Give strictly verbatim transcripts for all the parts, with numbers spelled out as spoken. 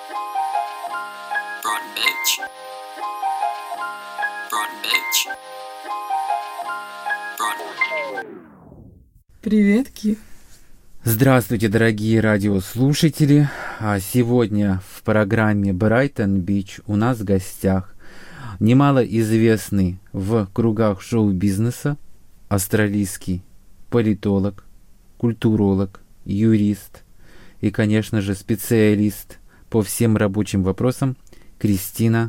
Broad bitch. Broad bitch. Broad. Приветки. Здравствуйте, дорогие радиослушатели. А сегодня в программе Brighton Beach у нас в гостях немалоизвестный в кругах шоу-бизнеса австралийский политолог, культуролог, юрист и, конечно же, специалист по всем рабочим вопросам Кристина.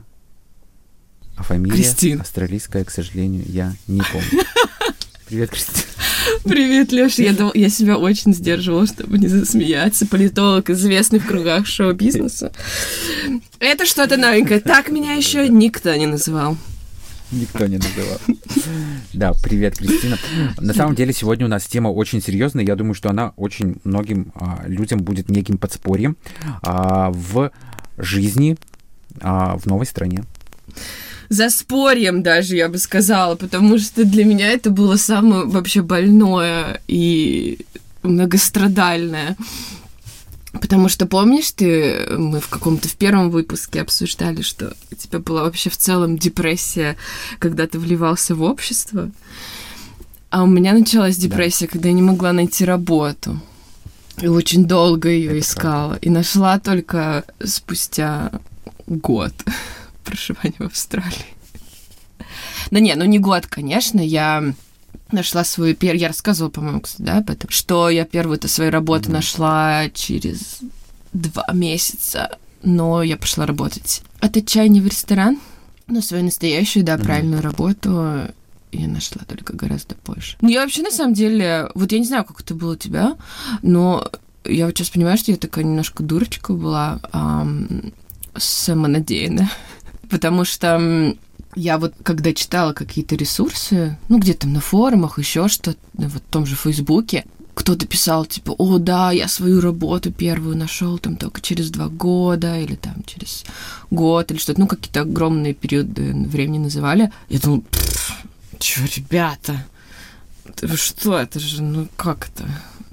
А фамилия Кристин. австралийская, к сожалению, я не помню. Привет, Кристина. Привет, Лёша. Я, дум... я себя очень сдерживала, чтобы не засмеяться. Политолог, известный в кругах шоу-бизнеса. Это что-то новенькое. Так меня еще никто не называл. Никто не называл. Да, привет, Кристина. На самом деле, сегодня у нас тема очень серьезная. Я думаю, что она очень многим а, людям будет неким подспорьем а, в жизни а, в новой стране. За спорьем даже, я бы сказала, потому что для меня это было самое вообще больное и многострадальное. Потому что, помнишь, ты, мы в каком-то в первом выпуске обсуждали, что у тебя была вообще в целом депрессия, когда ты вливался в общество, а у меня началась депрессия, да. Когда я не могла найти работу. И очень долго ее искала. Правда. И нашла только спустя год проживания в Австралии. Да не, ну не год, конечно, я нашла свою первую... Я рассказывала, по-моему, кстати, да, об этом, что я первую-то свою работу mm-hmm. нашла через два месяца, но я пошла работать от отчаяния в ресторан, но свою настоящую, да, mm-hmm. правильную работу я нашла только гораздо позже. Ну, я вообще, на самом деле, вот я не знаю, как это было у тебя, но я вот сейчас понимаю, что я такая немножко дурочка была, эм, самонадеянная. Потому что я вот, когда читала какие-то ресурсы, ну, где-то на форумах, еще что-то, вот в том же Фейсбуке, кто-то писал, типа, о, да, я свою работу первую нашел там только через два года, или там через год, или что-то, ну, какие-то огромные периоды времени называли. Я думала, чё, ребята, это что, это же, ну, как это?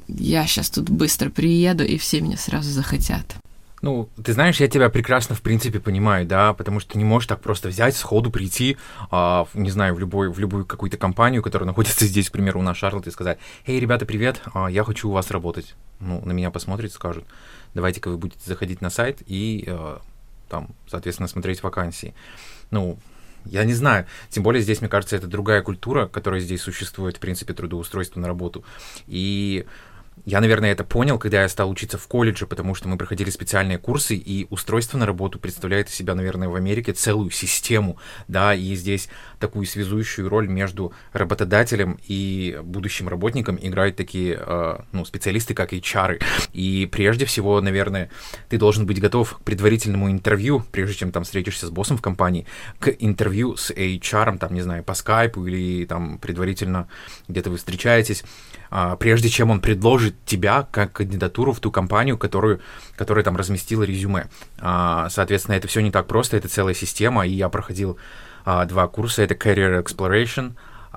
Я сейчас тут быстро приеду, и все меня сразу захотят. Ну, ты знаешь, я тебя прекрасно, в принципе, понимаю, да, потому что ты не можешь так просто взять, сходу прийти, а, не знаю, в, любой, в любую какую-то компанию, которая находится здесь, к примеру, у нас Шарлотт, и сказать: «Эй, ребята, привет, а, я хочу у вас работать». Ну, на меня посмотрят, скажут: давайте-ка вы будете заходить на сайт и а, там, соответственно, смотреть вакансии. Ну, я не знаю, тем более здесь, мне кажется, это другая культура, которая здесь существует, в принципе, трудоустройство на работу. И... Я, наверное, это понял, когда я стал учиться в колледже, потому что мы проходили специальные курсы, и устройство на работу представляет из себя, наверное, в Америке целую систему, да, и здесь такую связующую роль между работодателем и будущим работником играют такие, э, ну, специалисты, как эйч ар. И прежде всего, наверное, ты должен быть готов к предварительному интервью, прежде чем там встретишься с боссом в компании, к интервью с эйч ар, там, не знаю, по скайпу или там предварительно где-то вы встречаетесь, э, прежде чем он предложит тебя как кандидатуру в ту компанию, которую, которая там разместила резюме. Соответственно, это все не так просто, это целая система, и я проходил а, два курса, это Career Exploration,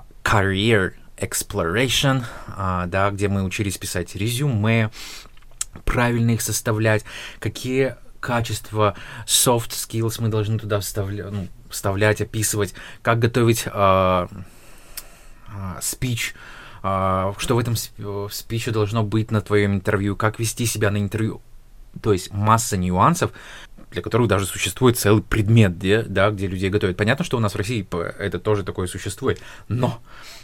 Career Exploration, а, да, где мы учились писать резюме, правильно их составлять, какие качества, soft skills мы должны туда вставля- ну, вставлять, описывать, как готовить а, а, speech, Uh, что в этом спиче должно быть на твоем интервью, как вести себя на интервью. То есть масса нюансов, для которых даже существует целый предмет, где, да, где людей готовят. Понятно, что у нас в России это тоже такое существует, но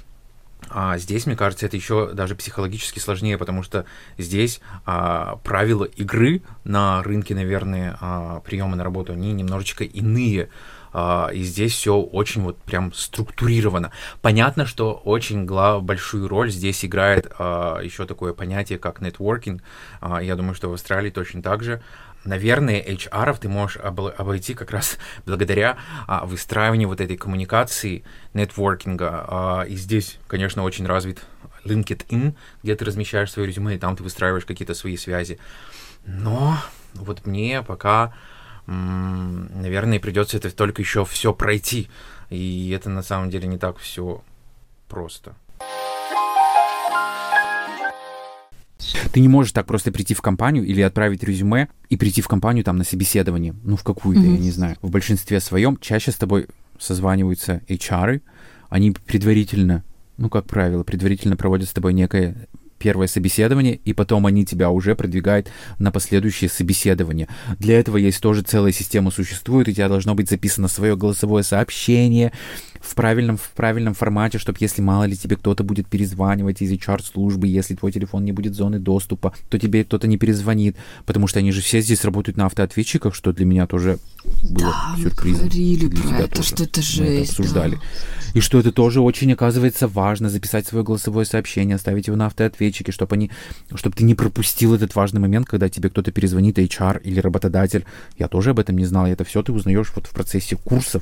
а здесь, мне кажется, это еще даже психологически сложнее, потому что здесь а, правила игры на рынке, наверное, а, приема на работу, они немножечко иные. И здесь все очень вот прям структурировано. Понятно, что очень глав, большую роль здесь играет а, еще такое понятие, как нетворкинг. А, я думаю, что в Австралии точно так же. Наверное, эйч ар ты можешь обойти как раз благодаря а, выстраиванию вот этой коммуникации, нетворкинга. А, и здесь, конечно, очень развит LinkedIn, где ты размещаешь свои резюме, и там ты выстраиваешь какие-то свои связи. Но вот мне пока... наверное, придется это только еще все пройти. И это на самом деле не так все просто. Ты не можешь так просто прийти в компанию или отправить резюме и прийти в компанию там на собеседование, ну, в какую-то, mm-hmm. я не знаю. В большинстве своем чаще с тобой созваниваются эйч ар, они предварительно, ну, как правило, предварительно проводят с тобой некое первое собеседование, и потом они тебя уже продвигают на последующие собеседования. Для этого есть тоже целая система существует, и у тебя должно быть записано свое голосовое сообщение в правильном, в правильном формате, чтобы если мало ли тебе кто-то будет перезванивать из эйч ар-службы, если твой телефон не будет зоны доступа, то тебе кто-то не перезвонит, потому что они же все здесь работают на автоответчиках, что для меня тоже было да, сюрпризом. Мы говорили для про это, тоже. что это Мы жесть. это обсуждали. Да. И что это тоже очень, оказывается, важно, записать свое голосовое сообщение, оставить его на автоответчике, чтобы, они, чтобы ты не пропустил этот важный момент, когда тебе кто-то перезвонит, эйч ар или работодатель. Я тоже об этом не знал, и это все ты узнаешь вот в процессе курсов.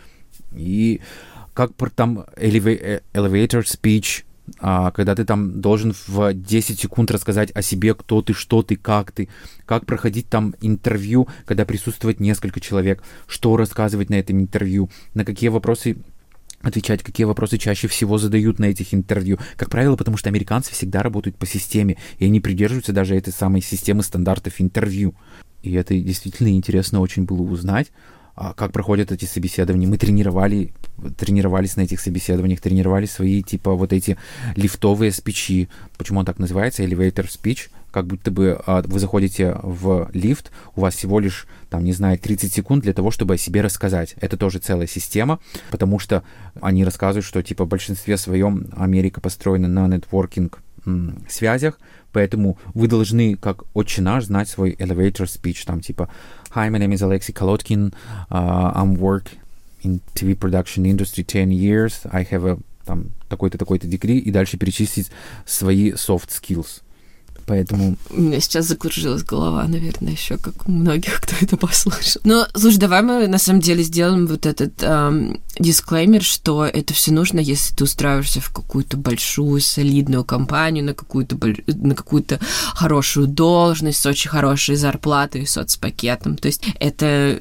И как там elevator speech, а, когда ты там должен в десять секунд рассказать о себе, кто ты, что ты, как ты, как проходить там интервью, когда присутствует несколько человек, что рассказывать на этом интервью, на какие вопросы отвечать, какие вопросы чаще всего задают на этих интервью. Как правило, потому что американцы всегда работают по системе, и они придерживаются даже этой самой системы стандартов интервью. И это действительно интересно очень было узнать, как проходят эти собеседования. Мы тренировали, тренировались на этих собеседованиях, тренировали свои, типа, вот эти лифтовые спичи. Почему он так называется? Elevator speech. Как будто бы а, вы заходите в лифт, у вас всего лишь, там, не знаю, тридцать секунд для того, чтобы о себе рассказать. Это тоже целая система, потому что они рассказывают, что, типа, в большинстве своем Америка построена на нетворкинг м, связях, поэтому вы должны, как отче наш, знать свой elevator speech, там, типа, Hi, my name is Alexei Kolotkin, uh, I'm work in ти ви production industry ten years, I have a, там, такой-то, такой-то degree, и дальше перечислить свои soft skills. Поэтому... У меня сейчас закружилась голова, наверное, еще как у многих, кто это послушал. Но, слушай, давай мы на самом деле сделаем вот этот эм, дисклеймер, что это все нужно, если ты устраиваешься в какую-то большую, солидную компанию, на какую-то, на какую-то хорошую должность с очень хорошей зарплатой и соцпакетом. То есть это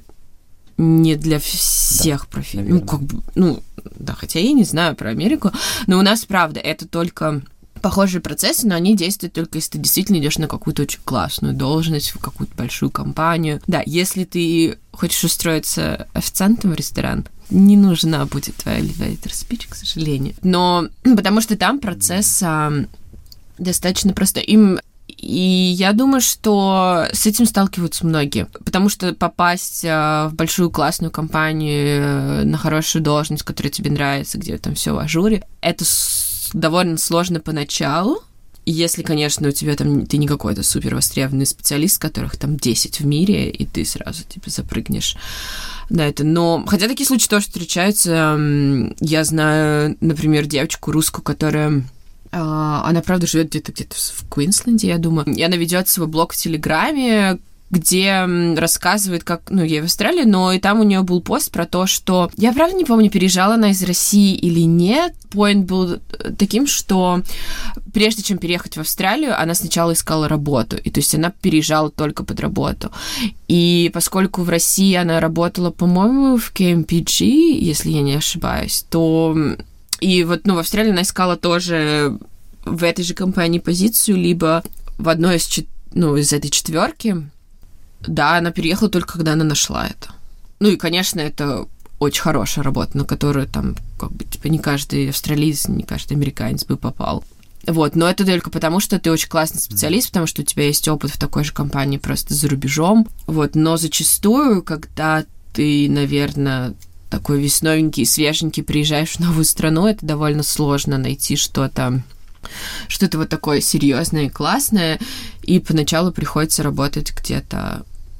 не для всех да, профессий. Ну, как бы, ну, да, хотя я не знаю про Америку, но у нас, правда, это только... похожие процессы, но они действуют только если ты действительно идешь на какую-то очень классную должность, в какую-то большую компанию. Да, если ты хочешь устроиться официантом в ресторан, не нужна будет твоя elevator speech, к сожалению. Но потому что там процесс а, достаточно простой. Им И я думаю, что с этим сталкиваются многие, потому что попасть в большую классную компанию, на хорошую должность, которая тебе нравится, где там все в ажуре, это довольно сложно поначалу, если, конечно, у тебя там ты не какой-то супер востребованный специалист, которых там десять в мире, и ты сразу типа запрыгнешь на это. Но хотя такие случаи тоже встречаются. Я знаю, например, девочку русскую, которая она, правда, живет где-то где-то в Квинсленде, я думаю. И она ведет свой блог в Телеграме, где рассказывает, как... Ну, я в Австралии, но и там у нее был пост про то, что... Я, правда, не помню, переезжала она из России или нет. Поинт был таким, что прежде чем переехать в Австралию, она сначала искала работу. И то есть она переезжала только под работу. И поскольку в России она работала, по-моему, в кей эм пи джи, если я не ошибаюсь, то... И вот, ну, в Австралии она искала тоже в этой же компании позицию, либо в одной из, чет... ну, из этой четверки. Да, она переехала только когда она нашла это. Ну и, конечно, это очень хорошая работа, на которую там, как бы, типа, не каждый австралиец, не каждый американец бы попал. Вот, но это только потому, что ты очень классный специалист, потому что у тебя есть опыт в такой же компании просто за рубежом. Вот, но зачастую, когда ты, наверное, такой весь новенький, свеженький, приезжаешь в новую страну, это довольно сложно найти что-то, что-то вот такое серьезное и классное, и поначалу приходится работать где-то,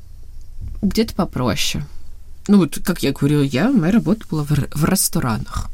где-то попроще. Ну, вот, как я говорила, я, моя работа была в, в ресторанах.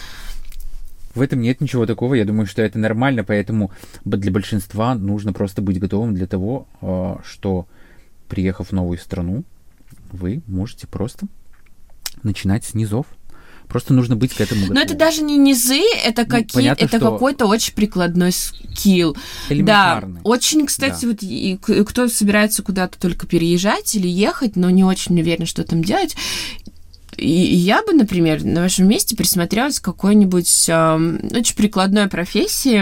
В этом нет ничего такого, я думаю, что это нормально, поэтому для большинства нужно просто быть готовым для того, что, приехав в новую страну, вы можете просто начинать с низов. Просто нужно быть к этому готовым. Но это даже не низы, это, ну, какие, понятно, это что... какой-то очень прикладной скилл. Да, очень, кстати, да. Вот и, кто собирается куда-то только переезжать или ехать, но не очень уверен, что там делать. И я бы, например, на вашем месте присмотрелась к какой-нибудь э, очень прикладной профессии,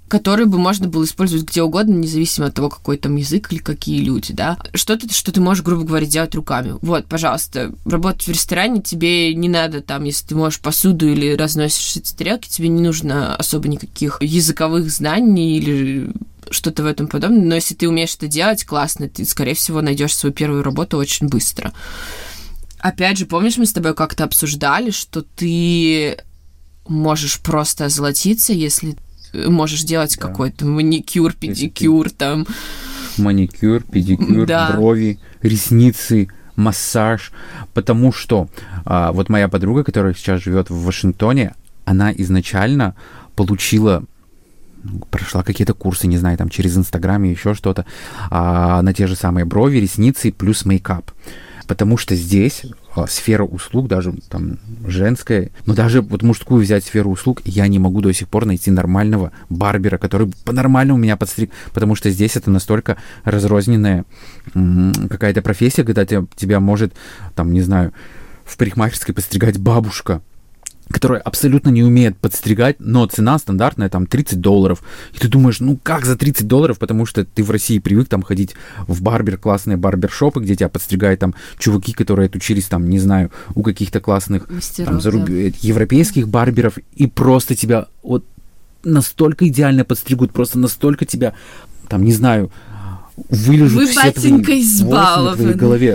который бы можно было использовать где угодно, независимо от того, какой там язык или какие люди, да. Что-то, что ты можешь, грубо говоря, делать руками. Вот, пожалуйста, работать в ресторане, тебе не надо там, если ты моешь посуду или разносишь эти тарелки, тебе не нужно особо никаких языковых знаний или что-то в этом подобное, но если ты умеешь это делать, классно, ты, скорее всего, найдешь свою первую работу очень быстро. Опять же, помнишь, мы с тобой как-то обсуждали, что ты можешь просто озолотиться, если можешь делать да. какой-то маникюр, педикюр, там. Маникюр, педикюр, да. брови, ресницы, массаж. Потому что а, вот моя подруга, которая сейчас живет в Вашингтоне, она изначально получила, прошла какие-то курсы, не знаю, там через Инстаграм и еще что-то, а, на те же самые брови, ресницы плюс мейкап. Потому что здесь а, сфера услуг, даже там женская, но даже вот мужскую взять сферу услуг, я не могу до сих пор найти нормального барбера, который по-нормальному меня подстриг, потому что здесь это настолько разрозненная м- какая-то профессия, когда тебя, тебя может, там, не знаю, в парикмахерской подстригать бабушка, которая абсолютно не умеет подстригать, но цена стандартная, там, тридцать долларов. И ты думаешь, ну как за тридцать долларов, потому что ты в России привык там ходить в барбер, классные барбершопы, где тебя подстригают там чуваки, которые отучились там, не знаю, у каких-то классных мастеров, там, заруб... да. европейских барберов, и просто тебя вот настолько идеально подстригут, просто настолько тебя, там, не знаю, вылежут все твои волосы на твоей голове.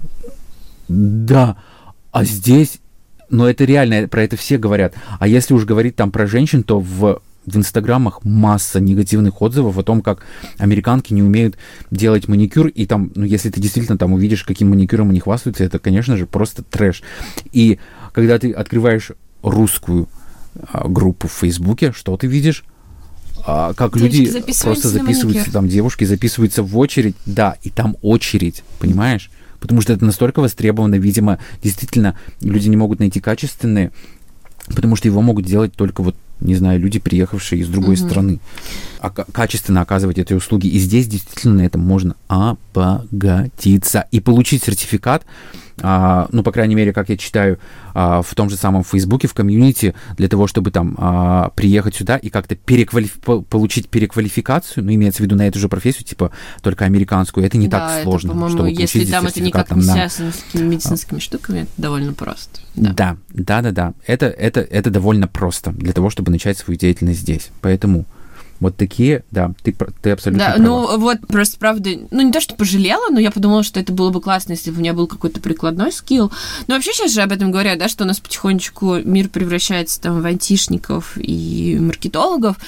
Да, а здесь... Но это реально, про это все говорят. А если уж говорить там про женщин, то в, в инстаграмах масса негативных отзывов о том, как американки не умеют делать маникюр. И там, ну, если ты действительно там увидишь, каким маникюром они хвастаются, это, конечно же, просто трэш. И когда ты открываешь русскую а, группу в Фейсбуке, что ты видишь? А, как девочки люди просто записываются, там девушки записываются в очередь. Да, и там очередь, понимаешь? Потому что это настолько востребовано, видимо, действительно, люди не могут найти качественные, потому что его могут делать только вот, не знаю, люди, приехавшие из другой mm-hmm. страны, а качественно оказывать эти услуги. И здесь действительно на этом можно обогатиться и получить сертификат, а, ну, по крайней мере, как я читаю, а, в том же самом Фейсбуке, в комьюнити, для того, чтобы там а, приехать сюда и как-то переквалиф... получить переквалификацию, ну, имеется в виду на эту же профессию, типа только американскую, это не да, так сложно, это, чтобы получить если там это никак там, не на... связано с какими медицинскими штуками, это довольно просто. Да, да, да, да, да. Это, это, это довольно просто для того, чтобы начать свою деятельность здесь. Поэтому вот такие, да, ты, ты абсолютно да, права. Ну, вот, просто, правда, ну, не то, что пожалела, но я подумала, что это было бы классно, если бы у меня был какой-то прикладной скилл. Но вообще сейчас же об этом говорят, да, что у нас потихонечку мир превращается там в айтишников и маркетологов,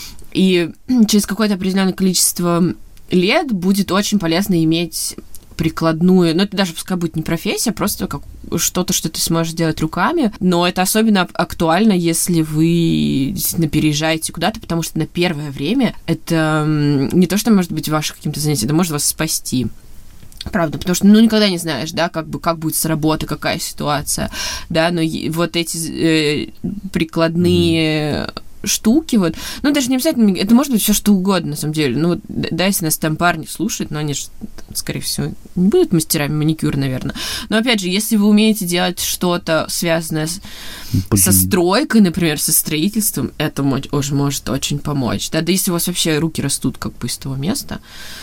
и через какое-то определенное количество лет будет очень полезно иметь прикладную, ну, это даже пускай будет не профессия, просто как что-то, что ты сможешь делать руками, но это особенно актуально, если вы действительно переезжаете куда-то, потому что на первое время это не то, что может быть ваше каким-то занятием, это может вас спасти. Правда, потому что, ну, никогда не знаешь, да, как бы, как будет с работой, какая ситуация, да, но вот эти э, прикладные mm-hmm. штуки, вот, ну, даже не обязательно, это может быть все что угодно, на самом деле, ну, вот, да, если нас там парни слушают, но они же, скорее всего, не будут мастерами маникюра, наверное, но, опять же, если вы умеете делать что-то, связанное с, со стройкой, например, со строительством, это уже может очень помочь, да, да если у вас вообще руки растут, как бы, из того места,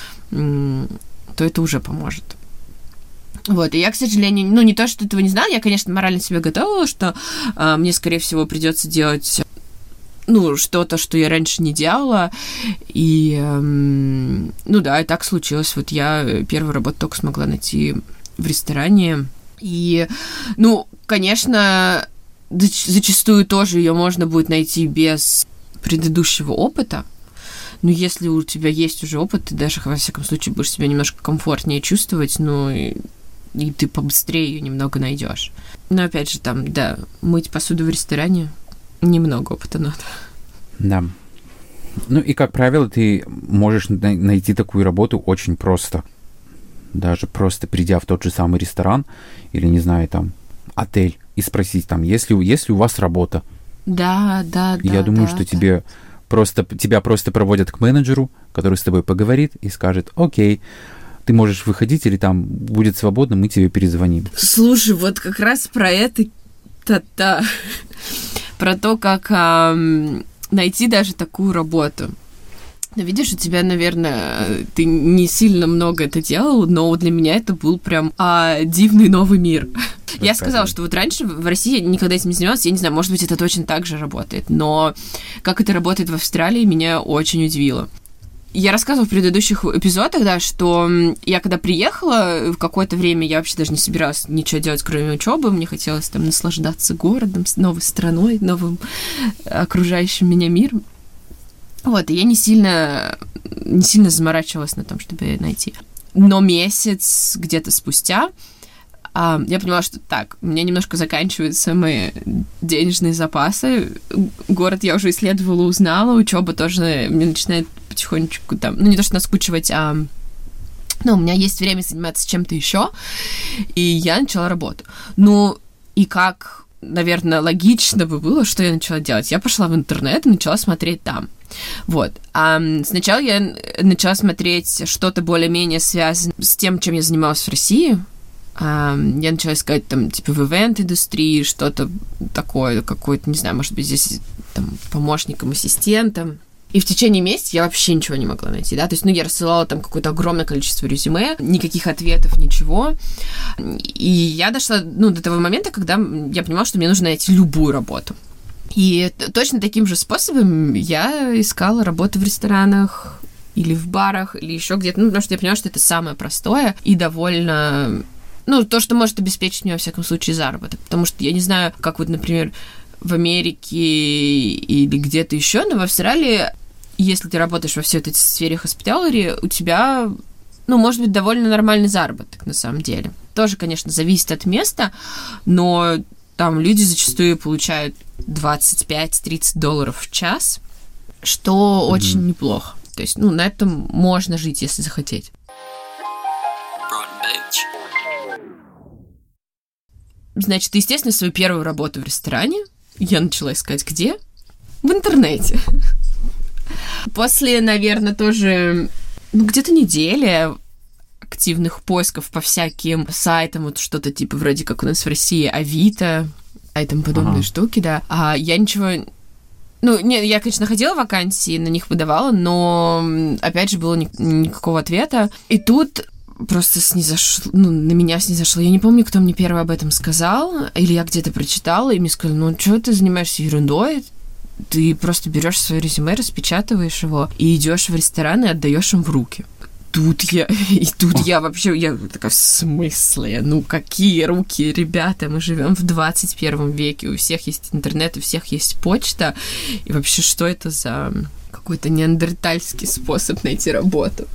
то это уже поможет. Вот, и я, к сожалению, ну, не то, что этого не знала, я, конечно, морально себе готовила, что э, мне, скорее всего, придется делать, ну, что-то, что я раньше не делала, и, э, ну, да, и так случилось. Вот я первую работу только смогла найти в ресторане, и, ну, конечно, зачастую тоже ее можно будет найти без предыдущего опыта, но если у тебя есть уже опыт, ты даже, во всяком случае, будешь себя немножко комфортнее чувствовать, ну, и, и ты побыстрее ее немного найдешь. Но, опять же, там, да, мыть посуду в ресторане немного опыта надо. Да. Ну, и, как правило, ты можешь найти такую работу очень просто. Даже просто придя в тот же самый ресторан или, не знаю, там, отель и спросить, там, есть ли, есть ли у вас работа? Да, да, да. Я думаю, да, что да. тебе... Просто, тебя просто проводят к менеджеру, который с тобой поговорит и скажет: окей, ты можешь выходить, или там будет свободно, мы тебе перезвоним. Слушай, вот как раз про это, та-та, про то, как а, найти даже такую работу. Ну, видишь, у тебя, наверное, ты не сильно много это делал, но для меня это был прям а, дивный новый мир. Я сказала, что вот раньше в России я никогда этим не занималась, я не знаю, может быть, это точно так же работает, но как это работает в Австралии, меня очень удивило. Я рассказывала в предыдущих эпизодах, да, что я когда приехала, в какое-то время я вообще даже не собиралась ничего делать, кроме учебы, мне хотелось там наслаждаться городом, новой страной, новым окружающим меня миром. Вот, и я не сильно, не сильно заморачивалась на том, чтобы найти. Но месяц где-то спустя а, я поняла, что так, у меня немножко заканчиваются мои денежные запасы. Город я уже исследовала, узнала, учеба тоже мне начинает потихонечку там, ну не то что наскучивать, а ну, у меня есть время заниматься чем-то еще, и я начала работу. Ну, и как, наверное, логично бы было, что я начала делать. Я пошла в интернет и начала смотреть там. Вот. А сначала я начала смотреть что-то более-менее связанное с тем, чем я занималась в России. А, я начала искать там, типа, в ивент-индустрии, что-то такое, какое-то, не знаю, может быть, здесь там помощником, ассистентом. И в течение месяца я вообще ничего не могла найти, да, то есть, ну, я рассылала там какое-то огромное количество резюме, никаких ответов, ничего, и я дошла, ну, до того момента, когда я понимала, что мне нужно найти любую работу. И точно таким же способом я искала работу в ресторанах или в барах, или еще где-то, ну, потому что я поняла, что это самое простое и довольно, ну, то, что может обеспечить мне, во всяком случае, заработок, потому что я не знаю, как вот, например, в Америке или где-то еще, но в Австралии, если ты работаешь во всей этой сфере hospitality, у тебя, ну, может быть, довольно нормальный заработок, на самом деле. Тоже, конечно, зависит от места, но там люди зачастую получают двадцать пять - тридцать долларов в час, что mm-hmm. очень неплохо. То есть, ну, на этом можно жить, если захотеть. Значит, естественно, свою первую работу в ресторане я начала искать где? В интернете. После, наверное, тоже, ну, где-то недели активных поисков по всяким сайтам, вот что-то типа вроде как у нас в России Авито, и тому подобные ага. штуки, да. А я ничего... Ну, нет, я, конечно, находила вакансии, на них выдавала, но, опять же, было ни- никакого ответа. И тут просто снизошло, ну, на меня снизошло. Я не помню, кто мне первый об этом сказал, или я где-то прочитала, и мне сказали, ну, что ты занимаешься ерундой? Ты просто берешь свое резюме, распечатываешь его и идешь в ресторан и отдаешь им в руки. Тут я, и тут я вообще, я такая, в смысле? Ну, какие руки, ребята, мы живем в двадцать первом веке, у всех есть интернет, у всех есть почта, и вообще, что это за какой-то неандертальский способ найти работу?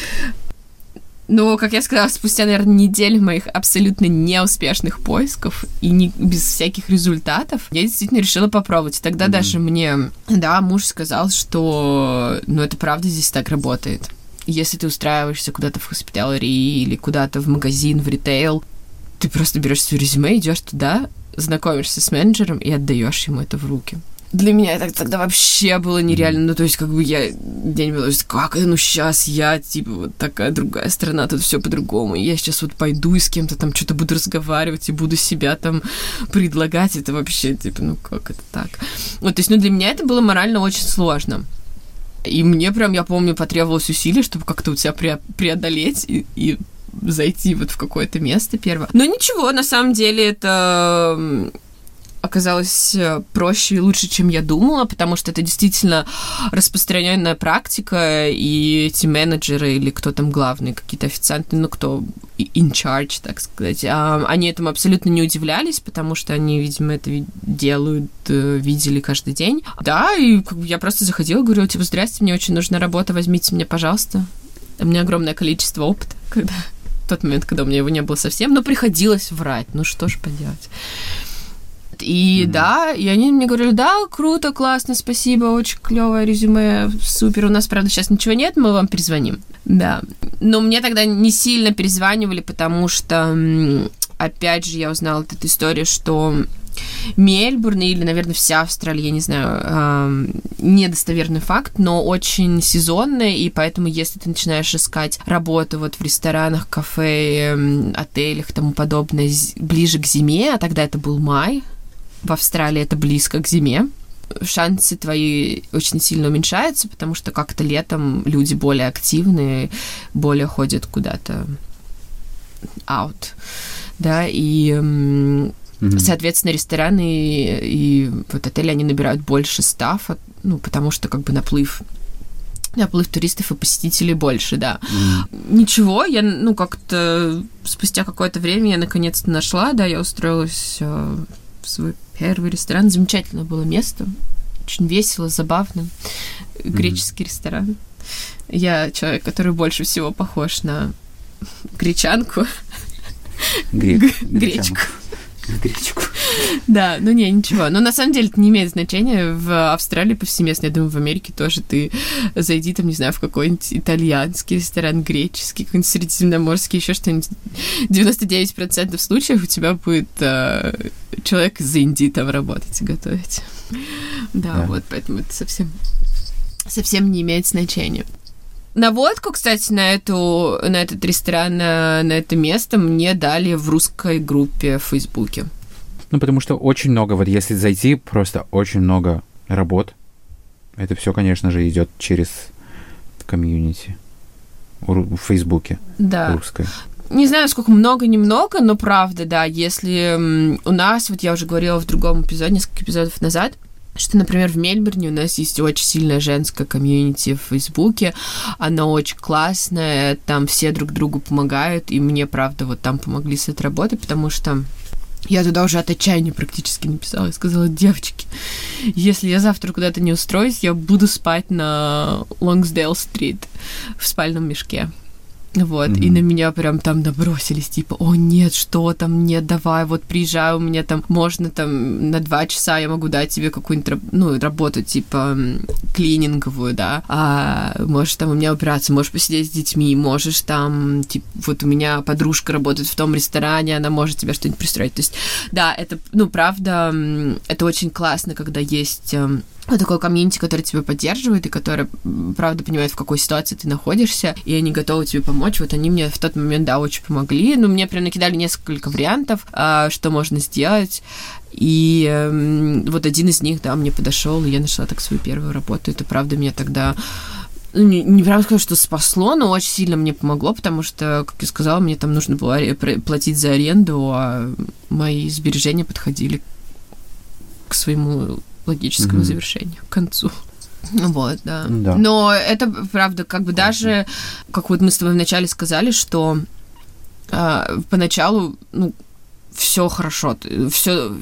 Но, как я сказала, спустя, наверное, неделю моих абсолютно неуспешных поисков и не, без всяких результатов, я действительно решила попробовать. И тогда mm-hmm. даже мне, да, муж сказал, что, ну, это правда здесь так работает. Если ты устраиваешься куда-то в hospitality или куда-то в магазин, в ритейл, ты просто берешь свое резюме, идешь туда, знакомишься с менеджером и отдаешь ему это в руки. Для меня это тогда вообще было нереально. Ну, то есть, как бы я день был, как, ну, сейчас я, типа, вот такая другая страна, тут все по-другому. Я сейчас вот пойду и с кем-то там что-то буду разговаривать и буду себя там предлагать. Это вообще, типа, ну, как это так? Вот, то есть, ну, для меня это было морально очень сложно. И мне прям, я помню, потребовалось усилий, чтобы как-то у тебя пре- преодолеть и, и зайти вот в какое-то место первое. Но ничего, на самом деле это оказалось проще и лучше, чем я думала, потому что это действительно распространенная практика, и эти менеджеры или кто там главный, какие-то официанты, ну, кто in charge, так сказать, они этому абсолютно не удивлялись, потому что они, видимо, это делают, видели каждый день. Да, и я просто заходила, говорила, типа, здрасте, мне очень нужна работа, возьмите меня, пожалуйста. У меня огромное количество опыта, когда в тот момент, когда у меня его не было совсем, но приходилось врать, ну что ж поделать. И mm-hmm. да, и они мне говорили, да, круто, классно, спасибо, очень клевое резюме, супер, у нас, правда, сейчас ничего нет, мы вам перезвоним. Да, но мне тогда не сильно перезванивали, потому что, опять же, я узнала эту историю, что Мельбурн или, наверное, вся Австралия, я не знаю, э, недостоверный факт, но очень сезонная, и поэтому, если ты начинаешь искать работу вот в ресторанах, кафе, э, отелях и тому подобное ближе к зиме, а тогда это был май, в Австралии это близко к зиме, шансы твои очень сильно уменьшаются, потому что как-то летом люди более активные, более ходят куда-то out, да, и, mm-hmm. соответственно, рестораны и, и вот отели, они набирают больше стафа, ну, потому что как бы наплыв наплыв туристов и посетителей больше, да. Mm. Ничего, я, ну, как-то спустя какое-то время я наконец-то нашла, да, я устроилась э, в свой первый ресторан. Замечательное было место, очень весело, забавно. Греческий mm. ресторан. Я человек, который больше всего похож на гречанку. Грек. Гречку. Гречку. Да, ну не, ничего. Но на самом деле это не имеет значения. В Австралии повсеместно, я думаю, в Америке тоже ты зайди там, не знаю, в какой-нибудь итальянский ресторан, греческий, какой-нибудь средиземноморский, еще что-нибудь. девяносто девять процентов случаев у тебя будет э, человек из Индии там работать и готовить. Да, да, вот, поэтому это совсем, совсем не имеет значения. Наводку, кстати, на, эту, на этот ресторан, на, на это место мне дали в русской группе в Фейсбуке. Ну, потому что очень много, вот если зайти, просто очень много работ. Это все, конечно же, идет через комьюнити в Фейсбуке. Да. Русской. Не знаю, сколько много-немного, но правда, да, если у нас, вот я уже говорила в другом эпизоде, несколько эпизодов назад, что, например, в Мельбурне у нас есть очень сильная женская комьюнити в Фейсбуке, она очень классная, там все друг другу помогают, и мне, правда, вот там помогли с этой работой, потому что я туда уже от отчаяния практически написала и сказала: девочки, если я завтра куда-то не устроюсь, я буду спать на Лонгсдейл-стрит в спальном мешке. Вот, mm-hmm. и на меня прям там набросились, типа: о, нет, что там, нет, давай, вот приезжай, у меня там, можно там на два часа я могу дать тебе какую-нибудь, ну, работу, типа, клининговую, да, а можешь там у меня убираться, можешь посидеть с детьми, можешь там, типа, вот у меня подружка работает в том ресторане, она может тебе что-нибудь пристроить, то есть, да, это, ну, правда, это очень классно, когда есть вот такое комьюнити, которое тебя поддерживает и которое, правда, понимает, в какой ситуации ты находишься, и они готовы тебе помочь. Вот они мне в тот момент, да, очень помогли. Ну, мне прям накидали несколько вариантов, что можно сделать. И э, вот один из них, да, мне подошел, и я нашла так свою первую работу. Это, правда, меня тогда... Ну, не, не прям сказать, что спасло, но очень сильно мне помогло, потому что, как я сказала, мне там нужно было платить за аренду, а мои сбережения подходили к своему логическому mm-hmm. завершению, к концу. Вот, да. да. Но это, правда, как бы даже, как вот мы с тобой вначале сказали, что э, поначалу, ну, все хорошо, все,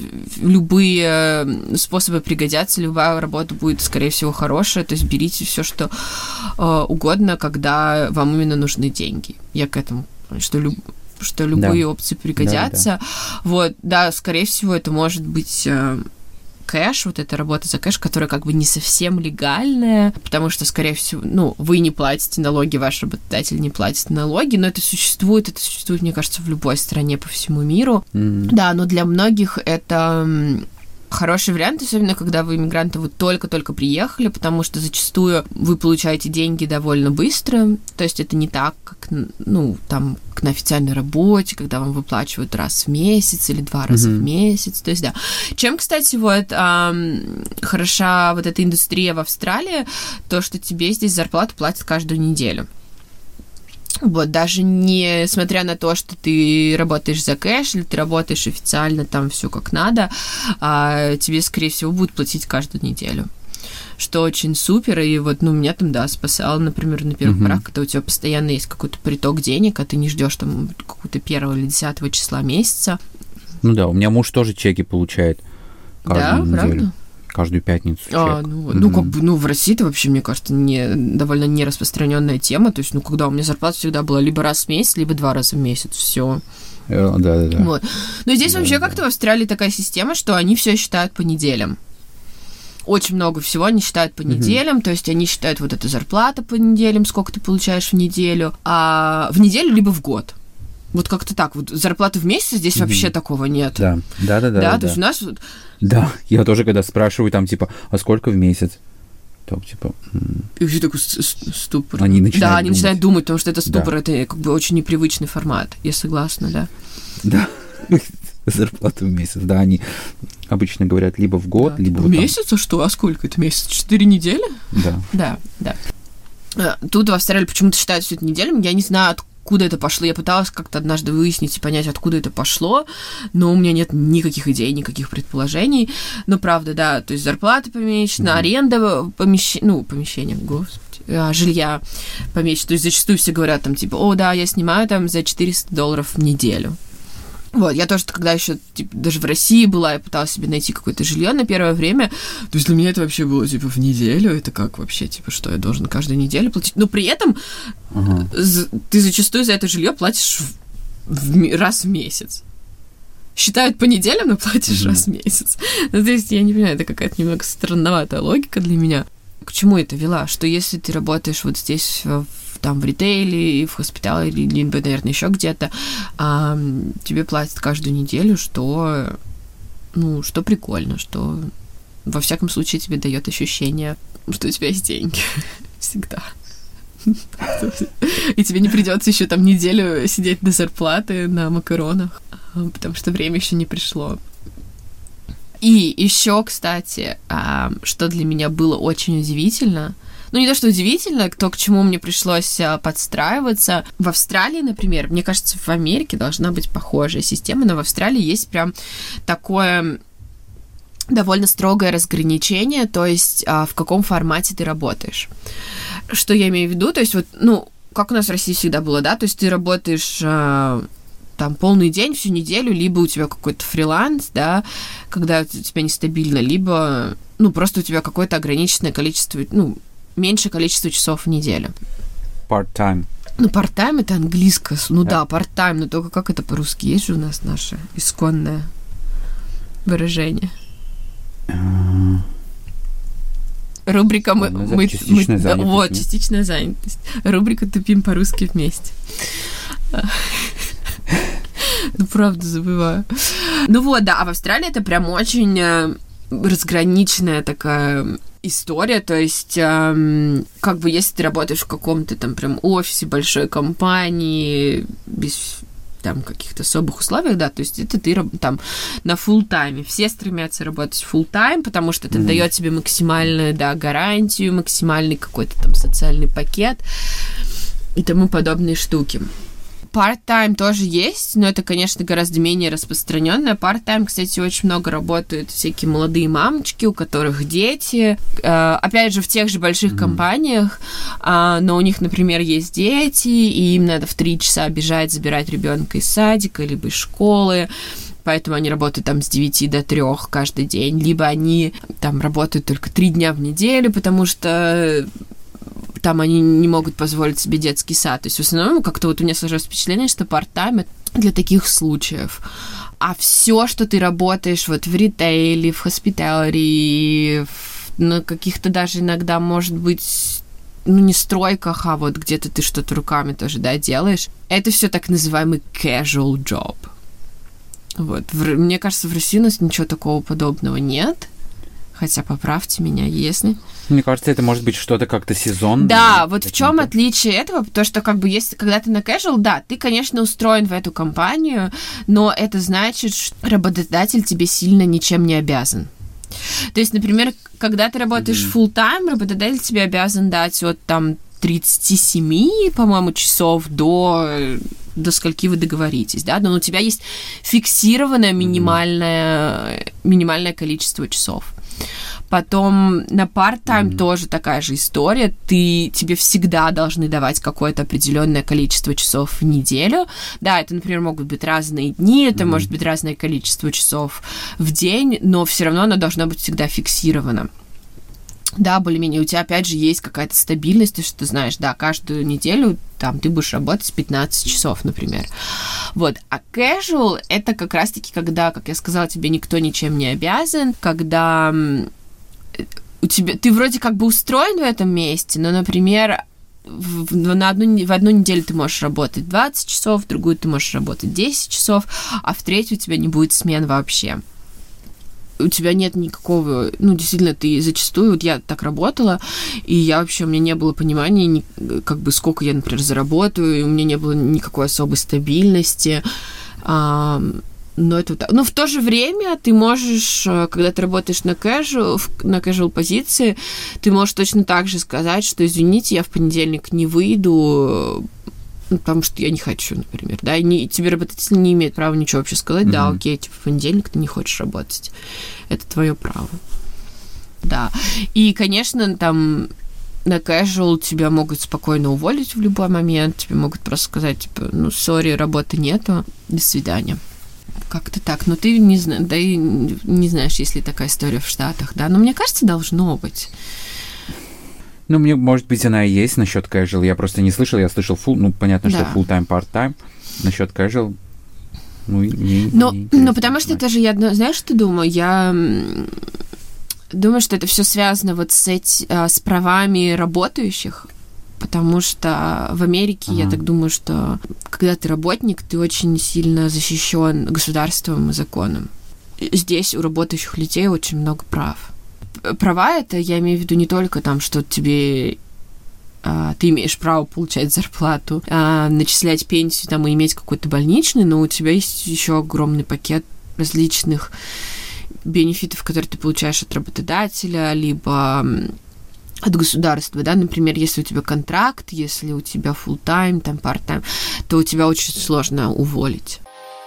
любые способы пригодятся, любая работа будет, скорее всего, хорошая, то есть берите все, что э, угодно, когда вам именно нужны деньги. Я к этому, что люб... что любые да. опции пригодятся. Да, да. Вот, да, скорее всего, это может быть... Э, кэш, вот эта работа за кэш, которая как бы не совсем легальная, потому что, скорее всего, ну, вы не платите налоги, ваш работодатель не платит налоги, но это существует, это существует, мне кажется, в любой стране по всему миру. Mm-hmm. Да, но для многих это хороший вариант, особенно когда вы, иммигранты, вы только-только приехали, потому что зачастую вы получаете деньги довольно быстро, то есть это не так, как, ну, там, как на официальной работе, когда вам выплачивают раз в месяц или два раза mm-hmm. в месяц, то есть, да. Чем, кстати, вот эм, хороша вот эта индустрия в Австралии, то, что тебе здесь зарплату платят каждую неделю. Вот, даже несмотря на то, что ты работаешь за кэш, или ты работаешь официально, там все как надо, а тебе, скорее всего, будут платить каждую неделю. Что очень супер, и вот, ну, меня там, да, спасало, например, на первых порах, uh-huh. когда у тебя постоянно есть какой-то приток денег, а ты не ждешь там какого-то первого или десятого числа месяца. Ну да, у меня муж тоже чеки получает каждую да, неделю. Правда? Каждую пятницу чек. А, ну, mm-hmm. ну, как бы, ну, в России это вообще, мне кажется, не, довольно нераспространенная тема. То есть, ну, когда у меня зарплата всегда была либо раз в месяц, либо два раза в месяц. Все. Да, да, да. Вот. Но здесь да, вообще да. как-то в Австралии такая система, что они все считают по неделям. Очень много всего они считают по неделям, mm-hmm. то есть они считают вот эту зарплату по неделям, сколько ты получаешь в неделю, а в неделю либо в год. Вот как-то так. Вот зарплаты в месяц здесь mm-hmm. вообще такого нет. Да, да, да, да. Да, да то есть у нас... Да, я тоже, когда спрашиваю, там, типа, а сколько в месяц? То, типа... И все такой ступор. Они начинают Да, они думать. начинают думать, потому что это ступор, да. это как бы очень непривычный формат. Я согласна, да. Да, зарплату в месяц, да, они... обычно говорят, либо в год, Да. либо... В вот там. месяц? А что? А сколько это месяц? Четыре недели? Да. Да, да. А, Тут в Австралии почему-то считают все это неделями. Я не знаю, откуда это пошло. Я пыталась как-то однажды выяснить и понять, откуда это пошло, но у меня нет никаких идей, никаких предположений. Но правда, да, то есть зарплата помечена, Мгм. аренда помещения, ну, помещения, господи, а, жилья помечена. То есть зачастую все говорят там, типа, о, да, я снимаю там за четыреста долларов в неделю. Вот, я тоже, когда еще типа, даже в России была, я пыталась себе найти какое-то жилье на первое время. То есть для меня это вообще было типа в неделю. Это как вообще, типа, что я должен каждую неделю платить? Но при этом Ага. з- ты зачастую за это жилье платишь в- в ме- раз в месяц. Считают по неделям, но платишь Мгм. раз в месяц. Ну, то есть я не понимаю, это какая-то немного странноватая логика для меня. К чему это вела? Что если ты работаешь вот здесь в там в ритейле, и в хоспитале, либо, наверное, еще где-то, а, тебе платят каждую неделю, что, ну, что прикольно, что, во всяком случае, тебе дает ощущение, что у тебя есть деньги. Всегда. И тебе не придется еще там неделю сидеть до зарплаты на макаронах, а, потому что время еще не пришло. И еще, кстати, а, что для меня было очень удивительно, ну, не то, что удивительно, то, к чему мне пришлось а, подстраиваться. В Австралии, например, мне кажется, в Америке должна быть похожая система, но в Австралии есть прям такое довольно строгое разграничение, то есть а, в каком формате ты работаешь. Что я имею в виду? То есть вот, ну, как у нас в России всегда было, да, то есть ты работаешь... А, там полный день, всю неделю, либо у тебя какой-то фриланс, да, когда у тебя нестабильно, либо, ну, просто у тебя какое-то ограниченное количество, ну, меньшее количество часов в неделю. Part-time. Ну, part-time — это английское, ну Да. да, part-time, но только как это по-русски? Есть же у нас наше исконное выражение. Рубрика мы... Ладно, мы- частичная мы- да, занятость, Вот, нет? частичная занятость. Рубрика «Тупим по-русски вместе». Ну, правда, забываю. Ну вот, да, а в Австралии это прям очень э, разграниченная такая история, то есть эм, как бы если ты работаешь в каком-то там прям офисе большой компании, без там каких-то особых условиях, да, то есть это ты раб- там на фулл-тайме. Все стремятся работать фулл-тайм, потому что это Мгм. дает тебе максимальную, да, гарантию, максимальный какой-то там социальный пакет и тому подобные штуки. Part-time тоже есть, но это, конечно, гораздо менее распространенное. Part-time, кстати, очень много работают всякие молодые мамочки, у которых дети. Э, опять же, в тех же больших Мгм. компаниях, а, но у них, например, есть дети, и им надо в три часа бежать, забирать ребенка из садика, либо из школы. Поэтому они работают там с девяти до трёх каждый день. Либо они там работают только три дня в неделю, потому что там они не могут позволить себе детский сад. То есть в основном как-то вот у меня сложилось впечатление, что part-time это для таких случаев. А все, что ты работаешь вот в ритейле, в hospitality, в- на каких-то даже иногда, может быть, ну, не стройках, а вот где-то ты что-то руками тоже, да, делаешь, это все так называемый casual job. Вот. В- мне кажется, в России у нас ничего такого подобного нет. Хотя поправьте меня, если... Мне кажется, это может быть что-то как-то сезонное. Да, вот в чем каким-то. отличие этого, потому что как бы если когда ты на casual, да, ты, конечно, устроен в эту компанию, но это значит, что работодатель тебе сильно ничем не обязан. То есть, например, когда ты работаешь Мгм. full-time, работодатель тебе обязан дать от там тридцать семь, по-моему, часов до до скольки вы договоритесь, да, но у тебя есть фиксированное минимальное, минимальное количество часов. Потом на part-time Мгм. тоже такая же история. Ты, тебе всегда должны давать какое-то определенное количество часов в неделю. Да, это, например, могут быть разные дни, это Мгм. может быть разное количество часов в день, но все равно оно должно быть всегда фиксировано. Да, более-менее у тебя, опять же, есть какая-то стабильность, ты что знаешь, да, каждую неделю там ты будешь работать пятнадцать часов, например. Вот, а casual — это как раз-таки, когда, как я сказала, тебе никто ничем не обязан, когда м, у тебя, ты вроде как бы устроен в этом месте, но, например, в, в- на одну, не- в одну неделю ты можешь работать двадцать часов, в другую ты можешь работать десять часов, а в третью у тебя не будет смен вообще. У тебя нет никакого, ну, действительно, ты зачастую, вот я так работала, и я вообще, у меня не было понимания, ни- как бы, сколько я, например, заработаю, и у меня не было никакой особой стабильности. А, Но это вот так. Но в то же время ты можешь, когда ты работаешь на casual, на casual позиции, ты можешь точно так же сказать, что, извините, я в понедельник не выйду, потому что я не хочу, например, да, и не, тебе работодатель не имеет права ничего вообще сказать, mm-hmm. да, окей, типа, в понедельник ты не хочешь работать. Это твое право. Да. И, конечно, там на casual тебя могут спокойно уволить в любой момент, тебе могут просто сказать, типа, ну, сори, работы нету, до свидания. Как-то так. Но ты не, зна- да и не знаешь, есть ли такая история в Штатах, да? Но мне кажется, должно быть. Ну, мне, может быть, она и есть насчет casual. Я просто не слышал, я слышал full, ну, понятно, да. что full-time, part-time. Насчет casual, ну, не, но, не но потому что это же, я, знаешь, что думаю? Я думаю, что это все связано вот с, эти, с правами работающих, потому что в Америке, ага. я так думаю, что когда ты работник, ты очень сильно защищен государством и законом. Здесь у работающих людей очень много прав. Права это, я имею в виду не только там, что тебе а, ты имеешь право получать зарплату, а, начислять пенсию там, и иметь какой-то больничный, но у тебя есть еще огромный пакет различных бенефитов, которые ты получаешь от работодателя, либо от государства, да, например, если у тебя контракт, если у тебя full-time, там part-time, то у тебя очень сложно уволить.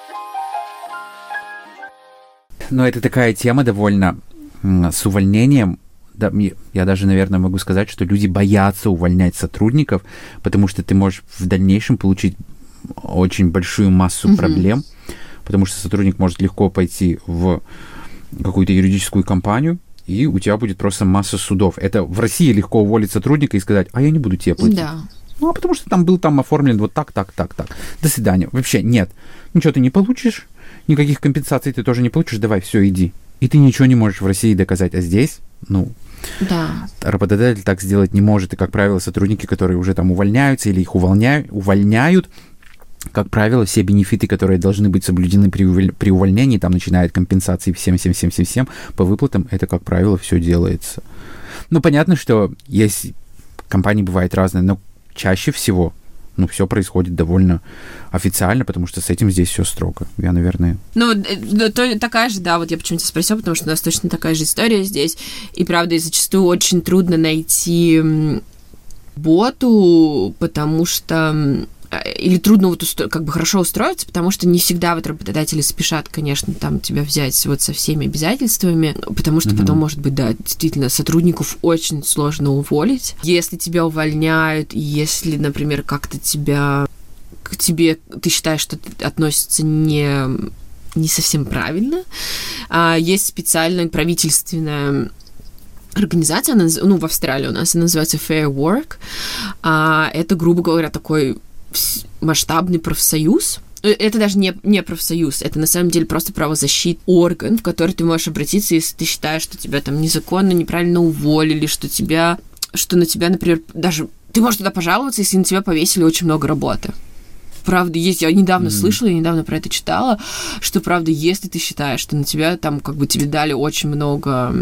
Но это такая тема довольно с увольнением. Да, я даже, наверное, могу сказать, что люди боятся увольнять сотрудников, потому что ты можешь в дальнейшем получить очень большую массу mm-hmm. проблем, потому что сотрудник может легко пойти в какую-то юридическую компанию, и у тебя будет просто масса судов. Это в России легко уволить сотрудника и сказать, а я не буду тебе платить. Да. Ну, а потому что там был там оформлен вот так, так, так, так. До свидания. Вообще нет. Ничего ты не получишь, никаких компенсаций ты тоже не получишь, давай, все, иди. И ты ничего не можешь в России доказать. А здесь, ну, да. работодатель так сделать не может. И, как правило, сотрудники, которые уже там увольняются или их увольняют, увольняют, как правило, все бенефиты, которые должны быть соблюдены при, уволь... при увольнении, там, начиная от компенсации всем-всем-всем-всем-всем, по выплатам, это, как правило, все делается. Ну, понятно, что есть... Компании бывают разные, но чаще всего, ну, все происходит довольно официально, потому что с этим здесь все строго. Я, наверное... Ну, то, такая же, да, вот я почему-то спросила, потому что у нас точно такая же история здесь. И, правда, и зачастую очень трудно найти работу, потому что... Или трудно вот устро... как бы хорошо устроиться, потому что не всегда вот работодатели спешат, конечно, там тебя взять вот со всеми обязательствами, потому что mm-hmm. потом, может быть, да, действительно, сотрудников очень сложно уволить. Если тебя увольняют, если, например, как-то тебя... к тебе ты считаешь, что ты относится не, не совсем правильно, а есть специальная правительственная организация, она, ну, в Австралии у нас она называется Fair Work, а это, грубо говоря, такой масштабный профсоюз. Это даже не, не профсоюз, это на самом деле просто правозащитный орган, в который ты можешь обратиться, если ты считаешь, что тебя там незаконно, неправильно уволили, что тебя, что на тебя, например, даже... Ты можешь туда пожаловаться, если на тебя повесили очень много работы. Правда, есть, я недавно mm-hmm. слышала, я недавно про это читала, что, правда, если ты считаешь, что на тебя там, как бы, тебе дали очень много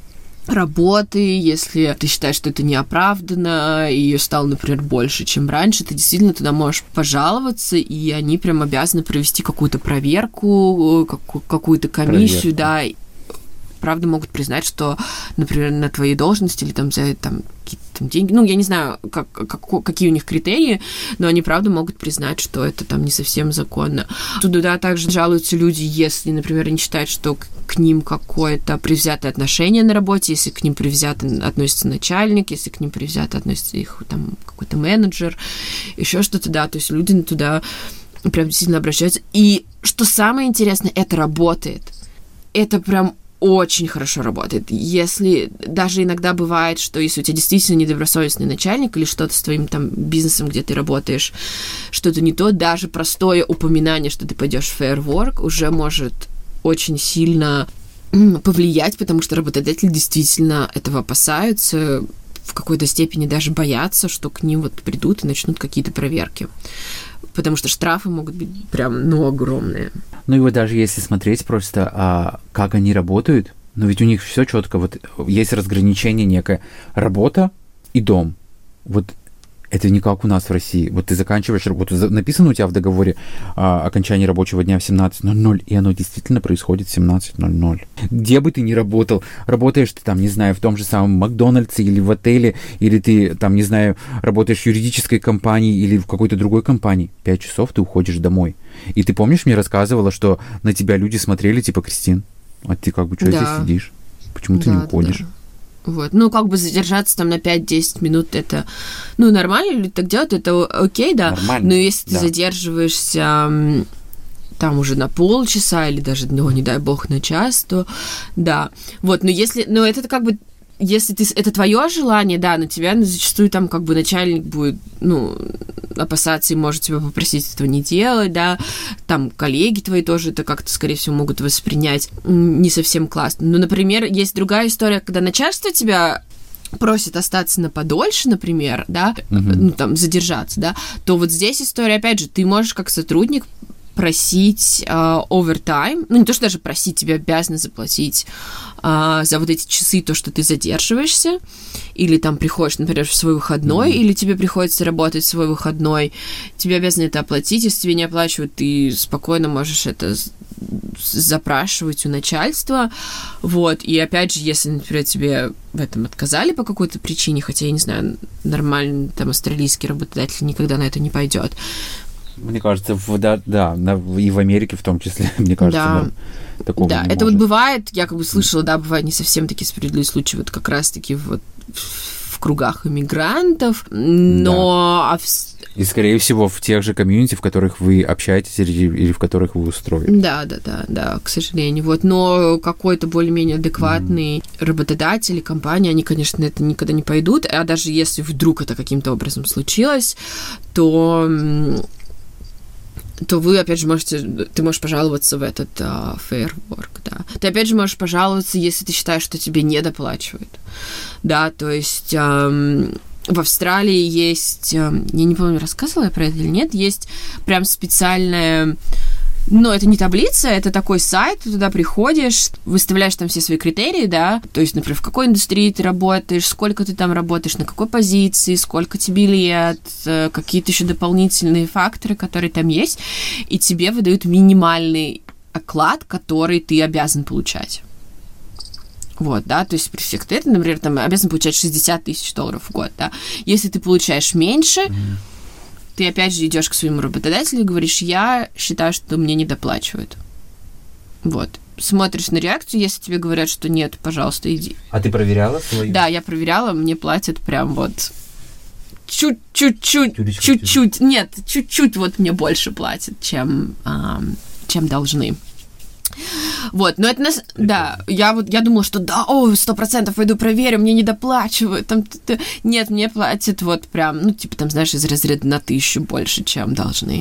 работы, если ты считаешь, что это неоправданно, и ее стало, например, больше, чем раньше, ты действительно туда можешь пожаловаться, и они прям обязаны провести какую-то проверку, какую-то комиссию, проверку. Да, правда, могут признать, что, например, на твоей должности или там за там, какие-то там деньги, ну, я не знаю, как, как, какие у них критерии, но они, правда, могут признать, что это там не совсем законно. Туда также жалуются люди, если, например, они считают, что к, к ним какое-то предвзятое отношение на работе, если к ним предвзято относится начальник, если к ним предвзято относится их там какой-то менеджер, еще что-то, да, то есть люди туда прям действительно обращаются. И что самое интересное, это работает. Это прям очень хорошо работает. Если даже иногда бывает, что если у тебя действительно недобросовестный начальник или что-то с твоим там бизнесом, где ты работаешь, что-то не то, даже простое упоминание, что ты пойдешь в Fair Work, уже может очень сильно повлиять, потому что работодатели действительно этого опасаются, в какой-то степени даже боятся, что к ним вот придут и начнут какие-то проверки. Потому что штрафы могут быть прям, ну, огромные. Ну и вот даже если смотреть просто, а, как они работают, ну ведь у них все четко, вот есть разграничение некое, работа и дом. Вот Это не как у нас в России. Вот ты заканчиваешь работу, написано у тебя в договоре а, окончание рабочего дня в семнадцать ноль ноль, и оно действительно происходит в семнадцать ноль ноль. Где бы ты ни работал, работаешь ты там, не знаю, в том же самом Макдональдсе или в отеле, или ты там, не знаю, работаешь в юридической компании или в какой-то другой компании, пять часов ты уходишь домой. И ты помнишь, мне рассказывала, что на тебя люди смотрели, типа, Кристин, а ты как бы что Да. здесь сидишь? Почему ты Да, не уходишь? да. Вот. Ну, как бы задержаться там на пять-десять минут, это, ну, нормально люди так делают, это окей, да. Нормально, Но если да. ты задерживаешься м, там уже на полчаса или даже, ну, не дай бог, на час, то да. Вот, но если, но это как бы, если ты, это твое желание, да, на тебя зачастую там как бы начальник будет, ну, опасаться и может тебя попросить этого не делать, да, там коллеги твои тоже это как-то, скорее всего, могут воспринять не совсем классно. Ну, например, есть другая история, когда начальство тебя просит остаться на подольше, например, да, Мгм. ну, там, задержаться, да, то вот здесь история, опять же, ты можешь как сотрудник просить э, овертайм, ну, не то, что даже просить, тебе обязаны заплатить э, за вот эти часы, то, что ты задерживаешься, или там приходишь, например, в свой выходной, mm-hmm. или тебе приходится работать в свой выходной, тебе обязаны это оплатить, если тебе не оплачивают, ты спокойно можешь это запрашивать у начальства, вот, и опять же, если, например, тебе в этом отказали по какой-то причине, хотя, я не знаю, нормальный там австралийский работодатель никогда на это не пойдет. Мне кажется, в, да, да, на, и в Америке в том числе, мне кажется, Да. да, такого Да, не это может. вот бывает, я как бы слышала, да, бывают не совсем такие справедливые случаи, вот как раз-таки вот в кругах иммигрантов, но... Да. И, скорее всего, в тех же комьюнити, в которых вы общаетесь или, или в которых вы устроены. Да, да, да, да, к сожалению. Вот, но какой-то более-менее адекватный mm-hmm. работодатель и компания, они, конечно, на это никогда не пойдут, а даже если вдруг это каким-то образом случилось, то... то вы, опять же, можете, ты можешь пожаловаться в этот uh, Fair Work, да. Ты, опять же, можешь пожаловаться, если ты считаешь, что тебе недоплачивают, да, то есть um, в Австралии есть, um, я не помню, рассказывала я про это или нет, есть прям специальная... Но это не таблица, это такой сайт, ты туда приходишь, выставляешь там все свои критерии, да, то есть, например, в какой индустрии ты работаешь, сколько ты там работаешь, на какой позиции, сколько тебе лет, какие-то еще дополнительные факторы, которые там есть, и тебе выдают минимальный оклад, который ты обязан получать. Вот, да, то есть при всех ты, например, там обязан получать шестьдесят тысяч долларов в год, да. Если ты получаешь меньше, mm-hmm. ты опять же идешь к своему работодателю и говоришь, я считаю, что мне не доплачивают. Вот. Смотришь на реакцию, если тебе говорят, что нет, пожалуйста, иди. А ты проверяла свою? Да, я проверяла, мне платят прям вот чуть-чуть, Тюречка, чуть-чуть, нет, чуть-чуть вот мне больше платят, чем, а, чем должны. Вот, но это нас, да, я вот, я думала, что да, о, сто процентов пойду проверю, мне не доплачивают, там, нет, мне платят вот прям, ну, типа, там, знаешь, из разряда на тысячу больше, чем должны.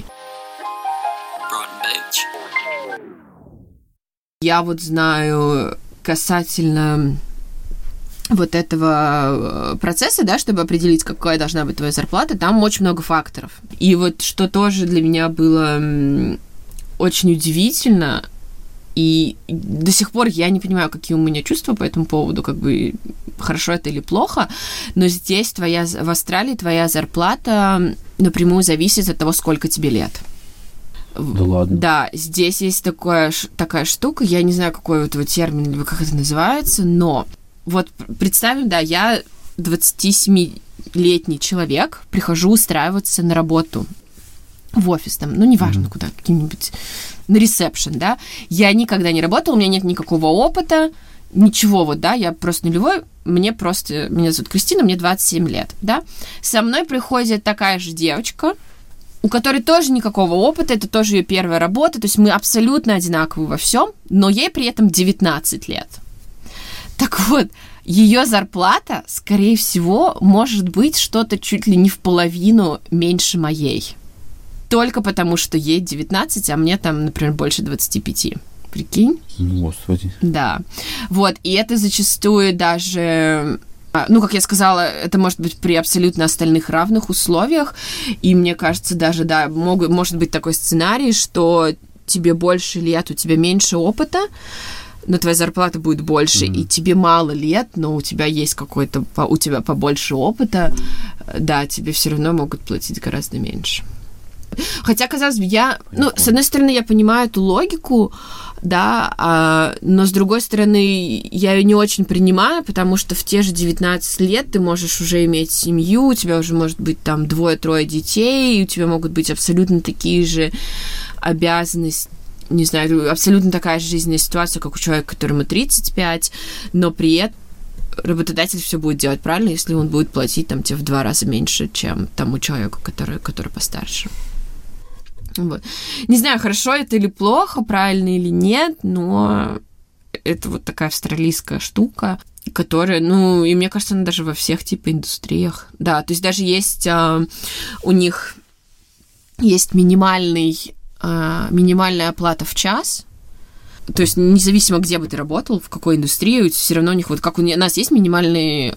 Я вот знаю касательно вот этого процесса, да, чтобы определить, какая должна быть твоя зарплата, там очень много факторов. И вот что тоже для меня было очень удивительно, и до сих пор я не понимаю, какие у меня чувства по этому поводу, как бы хорошо это или плохо, но здесь твоя, в Австралии твоя зарплата напрямую зависит от того, сколько тебе лет. Да ладно. Да, здесь есть такое, такая штука, я не знаю, какой вот его термин, или как это называется, но вот представим, да, я двадцатисемилетний человек, прихожу устраиваться на работу в офис, там, ну, неважно mm-hmm. куда, каким-нибудь на ресепшн, да, я никогда не работала, у меня нет никакого опыта, ничего, вот, да, я просто нулевой, мне просто, меня зовут Кристина, мне двадцать семь лет, да, со мной приходит такая же девочка, у которой тоже никакого опыта, это тоже ее первая работа, то есть мы абсолютно одинаковы во всем, но ей при этом девятнадцать лет. Так вот, ее зарплата, скорее всего, может быть что-то чуть ли не в половину меньше моей. Только потому, что ей девятнадцать, а мне там, например, больше двадцать пять. Прикинь? Господи. Да. Вот, и это зачастую даже... Ну, как я сказала, это может быть при абсолютно остальных равных условиях, и мне кажется, даже, да, мог, может быть такой сценарий, что тебе больше лет, у тебя меньше опыта, но твоя зарплата будет больше, mm-hmm. и тебе мало лет, но у тебя есть какой-то, у тебя побольше опыта, да, тебе все равно могут платить гораздо меньше. Хотя, казалось бы, я, ну, с одной стороны, я понимаю эту логику, да, а, но с другой стороны, я ее не очень принимаю, потому что в те же девятнадцать лет ты можешь уже иметь семью, у тебя уже может быть там двое-трое детей, у тебя могут быть абсолютно такие же обязанности, не знаю, абсолютно такая же жизненная ситуация, как у человека, которому тридцать пять, но при этом работодатель все будет делать правильно, если он будет платить там тебе в два раза меньше, чем тому человеку, который, который постарше. Вот. Не знаю, хорошо это или плохо, правильно или нет, но это вот такая австралийская штука, которая, ну, и мне кажется, она даже во всех типа индустриях. Да, то есть даже есть а, у них есть минимальный, а, минимальная оплата в час. То есть независимо, где бы ты работал, в какой индустрии, все равно у них, вот как у нас есть минимальный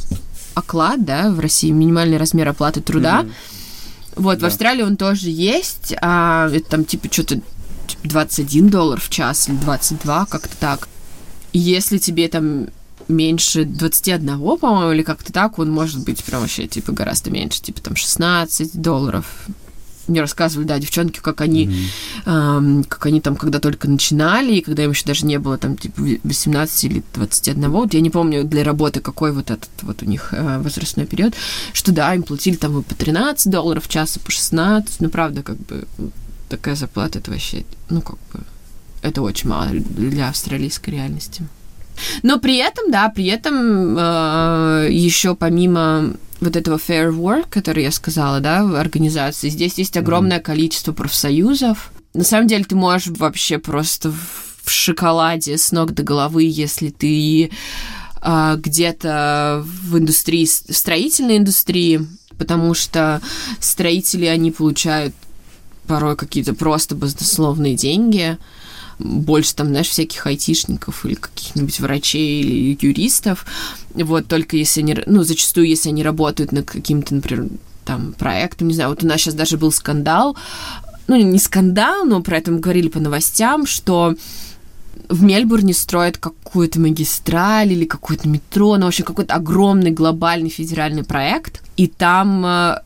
оклад, да, в России, минимальный размер оплаты труда. Mm-hmm. Вот, да. В Австралии он тоже есть, а это там типа что-то типа двадцать один доллар в час или двадцать два, как-то так. И если тебе там меньше двадцать один, по-моему, или как-то так, он может быть прям вообще типа гораздо меньше, типа там шестнадцать долларов. Мне рассказывали, да, девчонки, как они, mm-hmm. эм, как они там, когда только начинали, и когда им еще даже не было там, типа, восемнадцать или двадцать один, вот, я не помню для работы, какой вот этот вот у них э, возрастной период, что, да, им платили там и по тринадцать долларов в час, и по шестнадцать, ну, правда, как бы, такая зарплата, это вообще, ну, как бы, это очень мало для австралийской реальности. Но при этом, да, при этом э, еще помимо вот этого Fair Work, который я сказала, да, в организации, здесь есть огромное mm-hmm. количество профсоюзов. На самом деле ты можешь вообще просто в шоколаде с ног до головы, если ты э, где-то в индустрии, в строительной индустрии, потому что строители, они получают порой какие-то просто баснословные деньги, больше там, знаешь, всяких айтишников или каких-нибудь врачей или юристов, вот, только если они, ну, зачастую, если они работают над каким-то, например, там, проектом, не знаю, вот у нас сейчас даже был скандал, ну, не скандал, но про это мы говорили по новостям, что в Мельбурне строят какую-то магистраль или какое-то метро, ну, в общем, какой-то огромный глобальный федеральный проект, и там э,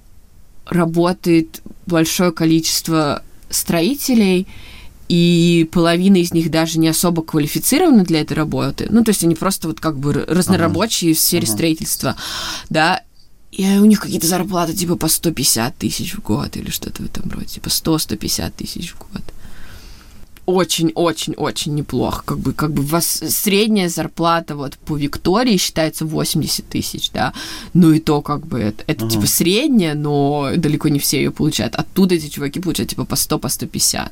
работает большое количество строителей, и половина из них даже не особо квалифицированы для этой работы. Ну, то есть они просто вот как бы разнорабочие ага. в сфере ага. строительства, да, и у них какие-то зарплаты типа по сто пятьдесят тысяч в год или что-то в этом роде, типа сто - сто пятьдесят тысяч в год. Очень-очень-очень неплохо. Как бы, как бы вас средняя зарплата вот по Виктории считается восемьдесят тысяч, да, ну и то как бы это, это ага. типа средняя, но далеко не все ее получают. Оттуда эти чуваки получают типа по сто, по сто пятьдесят.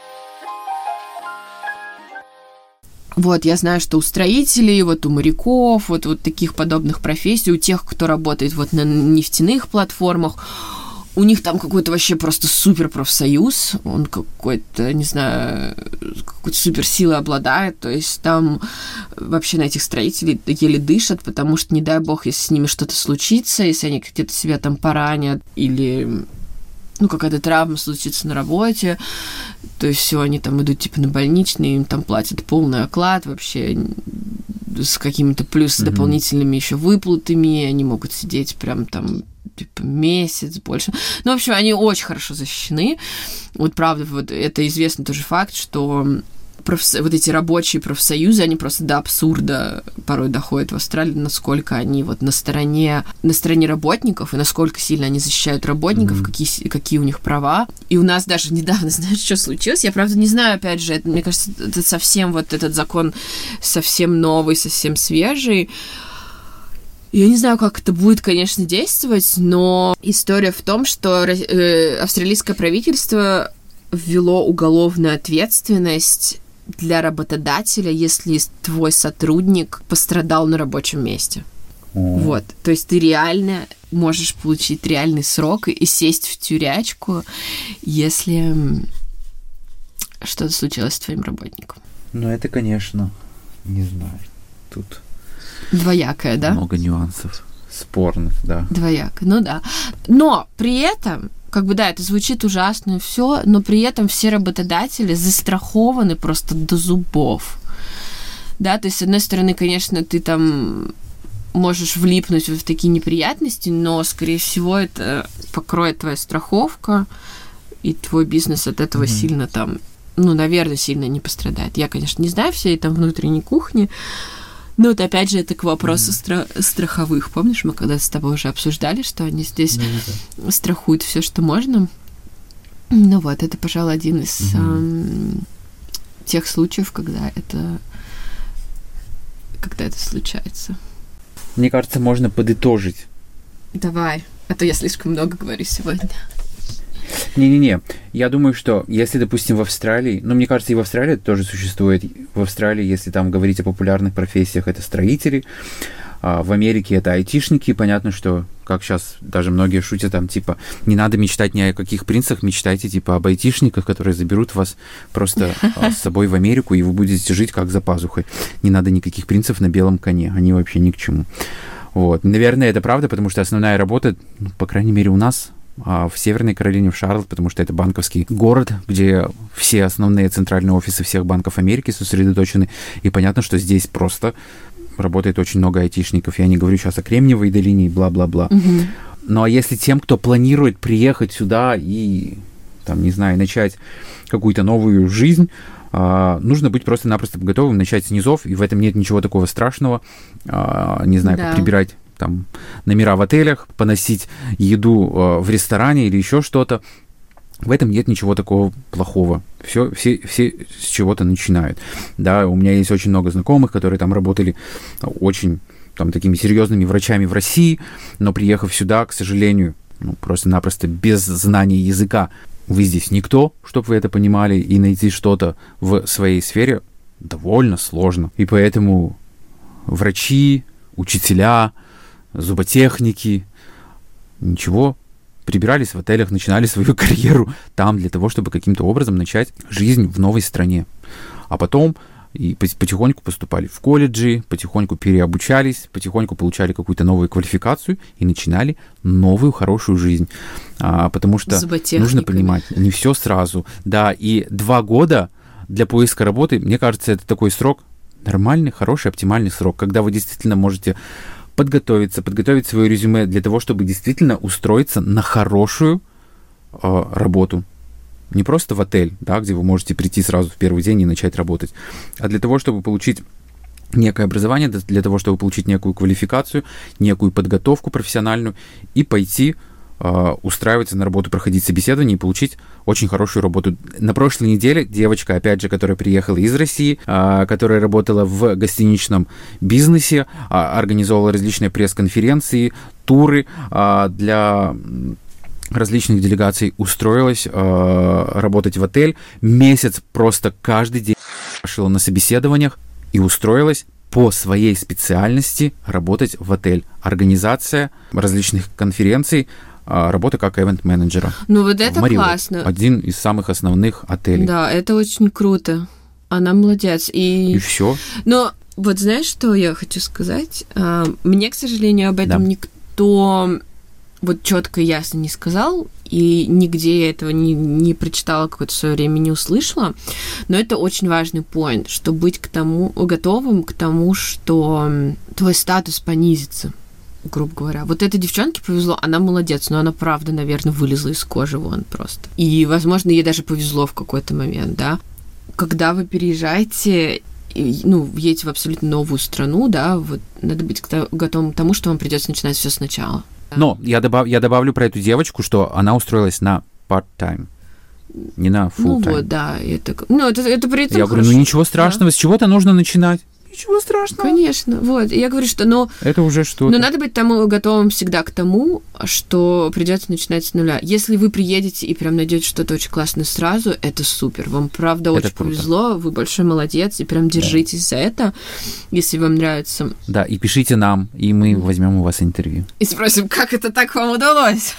Вот, я знаю, что у строителей, вот у моряков, вот, вот таких подобных профессий, у тех, кто работает вот на нефтяных платформах, у них там какой-то вообще просто супер профсоюз, он какой-то, не знаю, какой-то суперсилой обладает, то есть там вообще на этих строителей еле дышат, потому что, не дай бог, если с ними что-то случится, если они где-то себя там поранят или... ну, какая-то травма случится на работе, то есть все, они там идут типа на больничный, им там платят полный оклад вообще с какими-то плюс mm-hmm. дополнительными еще выплатами, они могут сидеть прям там типа месяц, больше. Ну, в общем, они очень хорошо защищены. Вот правда, вот это известный тоже факт, что профс... вот эти рабочие профсоюзы, они просто до абсурда порой доходят в Австралии, насколько они вот на стороне, на стороне работников, и насколько сильно они защищают работников, mm-hmm. какие, какие у них права. И у нас даже недавно, знаешь, что случилось? Я, правда, не знаю, опять же, это, мне кажется, это совсем вот этот закон совсем новый, совсем свежий. Я не знаю, как это будет, конечно, действовать, но история в том, что э, австралийское правительство ввело уголовную ответственность для работодателя, если твой сотрудник пострадал на рабочем месте. Mm. Вот. То есть ты реально можешь получить реальный срок и сесть в тюрячку, если что-то случилось с твоим работником. Ну, это, конечно, не знаю, тут... Двоякое, да? Много нюансов спорных, да. Двояко, ну да. Но при этом, как бы, да, это звучит ужасно и все, но при этом все работодатели застрахованы просто до зубов. Да, то есть, с одной стороны, конечно, ты там можешь влипнуть в такие неприятности, но, скорее всего, это покроет твоя страховка, и твой бизнес от этого mm-hmm. сильно там, ну, наверное, сильно не пострадает. Я, конечно, не знаю всей там внутренней кухни, но вот опять же это к вопросу mm-hmm. стра- страховых. Помнишь, мы когда с тобой уже обсуждали, что они здесь mm-hmm. страхуют все, что можно? Ну вот, это, пожалуй, один из mm-hmm. э, тех случаев, когда это, когда это случается. Мне кажется, можно подытожить. Давай, а то я слишком много говорю сегодня. Не-не-не, я думаю, что если, допустим, в Австралии, ну, мне кажется, и в Австралии это тоже существует. В Австралии, если там говорить о популярных профессиях, это строители, а в Америке это айтишники. Понятно, что, как сейчас даже многие шутят, там, типа, не надо мечтать ни о каких принцах, мечтайте, типа, об айтишниках, которые заберут вас просто с собой в Америку, и вы будете жить как за пазухой. Не надо никаких принцев на белом коне, они вообще ни к чему. Вот. Наверное, это правда, потому что основная работа, ну, по крайней мере, у нас в Северной Каролине, в Шарлотт, потому что это банковский город, где все основные центральные офисы всех банков Америки сосредоточены, и понятно, что здесь просто работает очень много айтишников. Я не говорю сейчас о Кремниевой долине и бла-бла-бла. Mm-hmm. Ну, а если тем, кто планирует приехать сюда и, там, не знаю, начать какую-то новую жизнь, нужно быть просто-напросто готовым начать с низов, и в этом нет ничего такого страшного. Не знаю, да. как прибирать там номера в отелях, поносить еду э, в ресторане или еще что-то. В этом нет ничего такого плохого. Все, все, все с чего-то начинают. Да, у меня есть очень много знакомых, которые там работали очень там, такими серьезными врачами в России, но приехав сюда, к сожалению, ну, просто-напросто без знания языка, вы здесь никто, чтобы вы это понимали, и найти что-то в своей сфере довольно сложно. И поэтому врачи, учителя, зуботехники, ничего, прибирались в отелях, начинали свою карьеру там для того, чтобы каким-то образом начать жизнь в новой стране. А потом и потихоньку поступали в колледжи, потихоньку переобучались, потихоньку получали какую-то новую квалификацию и начинали новую хорошую жизнь. А, потому что нужно понимать, не все сразу. Да, и два года для поиска работы, мне кажется, это такой срок, нормальный, хороший, оптимальный срок, когда вы действительно можете подготовиться, подготовить свое резюме для того, чтобы действительно устроиться на хорошую э, работу. Не просто в отель, да, где вы можете прийти сразу в первый день и начать работать, а для того, чтобы получить некое образование, для того, чтобы получить некую квалификацию, некую подготовку профессиональную и пойти э, устраиваться на работу, проходить собеседование и получить очень хорошую работу. На прошлой неделе девочка, опять же, которая приехала из России, э, которая работала в гостиничном бизнесе, э, организовывала различные пресс-конференции, туры э, для различных делегаций, устроилась э, работать в отель. Месяц просто каждый день шла на собеседованиях и устроилась по своей специальности работать в отель. Организация различных конференций, э, работа как ивент-менеджера. Ну вот это классно. Один из самых основных отелей. Да, это очень круто. Она молодец. И, и все. Но вот знаешь, что я хочу сказать? Мне, к сожалению, об этом да. никто вот четко и ясно не сказал, и нигде я этого не, не прочитала какое-то свое время, не услышала, но это очень важный поинт, что быть к тому, готовым к тому, что твой статус понизится, грубо говоря. Вот этой девчонке повезло, она молодец, но она, правда, наверное, вылезла из кожи вон просто. И, возможно, ей даже повезло в какой-то момент, да. Когда вы переезжаете, ну, едете в абсолютно новую страну, да, вот надо быть готовым к тому, что вам придется начинать все сначала. Но я, добав, я добавлю про эту девочку, что она устроилась на part-time, не на full-time. Ну вот, да. Это, ну, это, это при этом Я хорошо. говорю, ну ничего страшного, да? С чего-то нужно начинать. Ничего страшного. Конечно, вот. Я говорю, что, но... Это уже что-то. Но надо быть тому, готовым всегда к тому, что придется начинать с нуля. Если вы приедете и прям найдете что-то очень классное сразу, это супер. Вам, правда, очень круто. Повезло, вы большой молодец, и прям держитесь да. за это, если вам нравится. Да, и пишите нам, и мы возьмем у вас интервью. И спросим, как это так вам удалось?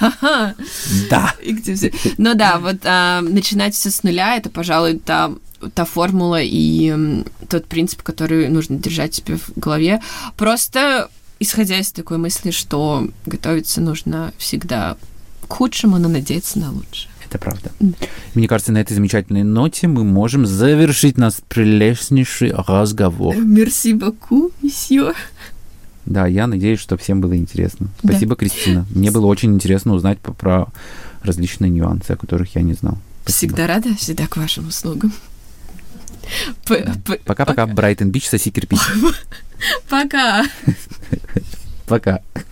Да. Ну да, вот а, начинать все с нуля, это, пожалуй, та... та формула и м, тот принцип, который нужно держать себе в голове. Просто исходя из такой мысли, что готовиться нужно всегда к худшему, но надеяться на лучшее. Это правда. Мне кажется, на этой замечательной ноте мы можем завершить наш прелестнейший разговор. Мерси баку, месье. Да, я надеюсь, что всем было интересно. Да. Спасибо, Кристина. Мне было очень интересно узнать по- про различные нюансы, о которых я не знал. Спасибо. Всегда рада, всегда к вашим услугам. П- п- Пока-пока, Брайтон-Бич, соси кирпич. Пока. Пока.